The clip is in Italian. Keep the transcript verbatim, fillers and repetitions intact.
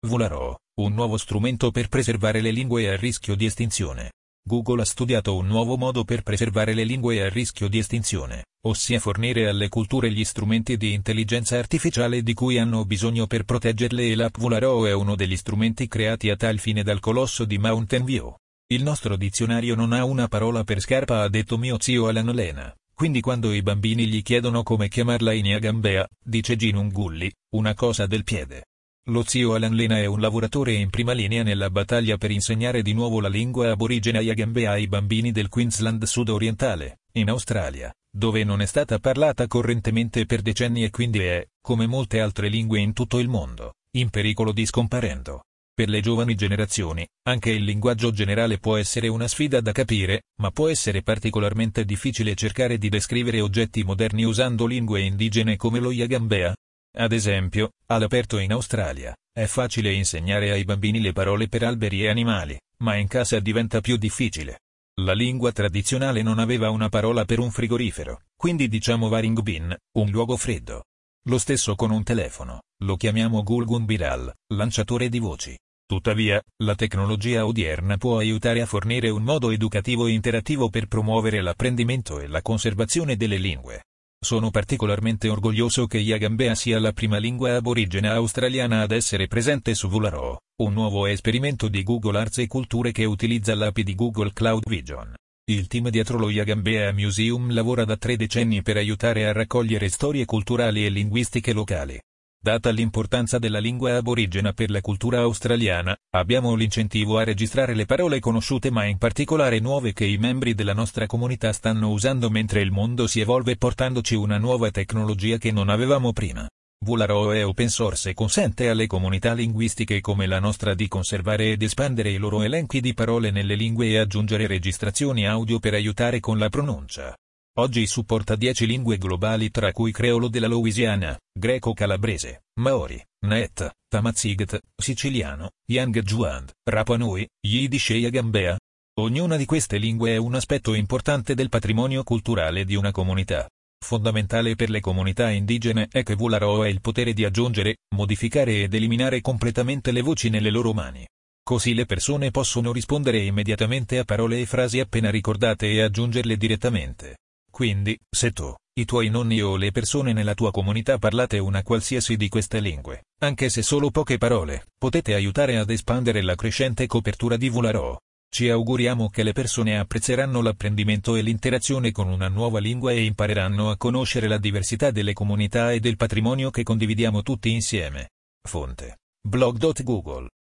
Vularo, un nuovo strumento per preservare le lingue a rischio di estinzione. Google ha studiato un nuovo modo per preservare le lingue a rischio di estinzione, ossia fornire alle culture gli strumenti di intelligenza artificiale di cui hanno bisogno per proteggerle, e l'app Vularo è uno degli strumenti creati a tal fine dal colosso di Mountain View. Il nostro dizionario non ha una parola per scarpa, ha detto mio zio Alan Lena, quindi quando i bambini gli chiedono come chiamarla in Yagambea, dice Ginungulli, una cosa del piede. Lo zio Alan Lena è un lavoratore in prima linea nella battaglia per insegnare di nuovo la lingua aborigena Yagambea ai bambini del Queensland sud-orientale, in Australia, dove non è stata parlata correntemente per decenni e quindi è, come molte altre lingue in tutto il mondo, in pericolo di scomparendo. Per le giovani generazioni, anche il linguaggio generale può essere una sfida da capire, ma può essere particolarmente difficile cercare di descrivere oggetti moderni usando lingue indigene come lo Yagambea. Ad esempio, all'aperto in Australia, è facile insegnare ai bambini le parole per alberi e animali, ma in casa diventa più difficile. La lingua tradizionale non aveva una parola per un frigorifero, quindi diciamo Waring Bin, un luogo freddo. Lo stesso con un telefono, lo chiamiamo Gulgun Biral, lanciatore di voci. Tuttavia, la tecnologia odierna può aiutare a fornire un modo educativo e interattivo per promuovere l'apprendimento e la conservazione delle lingue. Sono particolarmente orgoglioso che Yagambea sia la prima lingua aborigena australiana ad essere presente su Vularo, un nuovo esperimento di Google Arts e Culture che utilizza l'A P I di Google Cloud Vision. Il team dietro lo Yagambea Museum lavora da tre decenni per aiutare a raccogliere storie culturali e linguistiche locali. Data l'importanza della lingua aborigena per la cultura australiana, abbiamo l'incentivo a registrare le parole conosciute ma in particolare nuove che i membri della nostra comunità stanno usando mentre il mondo si evolve portandoci una nuova tecnologia che non avevamo prima. Vularo è open source e consente alle comunità linguistiche come la nostra di conservare ed espandere i loro elenchi di parole nelle lingue e aggiungere registrazioni audio per aiutare con la pronuncia. Oggi supporta dieci lingue globali tra cui creolo della Louisiana, greco-calabrese, maori, naet, tamazight, siciliano, yang juand, Rapa Nui, yiddish e Yagambea. Ognuna di queste lingue è un aspetto importante del patrimonio culturale di una comunità. Fondamentale per le comunità indigene è che Vularo ha il potere di aggiungere, modificare ed eliminare completamente le voci nelle loro mani. Così le persone possono rispondere immediatamente a parole e frasi appena ricordate e aggiungerle direttamente. Quindi, se tu, i tuoi nonni o le persone nella tua comunità parlate una qualsiasi di queste lingue, anche se solo poche parole, potete aiutare ad espandere la crescente copertura di Vularo. Ci auguriamo che le persone apprezzeranno l'apprendimento e l'interazione con una nuova lingua e impareranno a conoscere la diversità delle comunità e del patrimonio che condividiamo tutti insieme. Fonte: blog punto google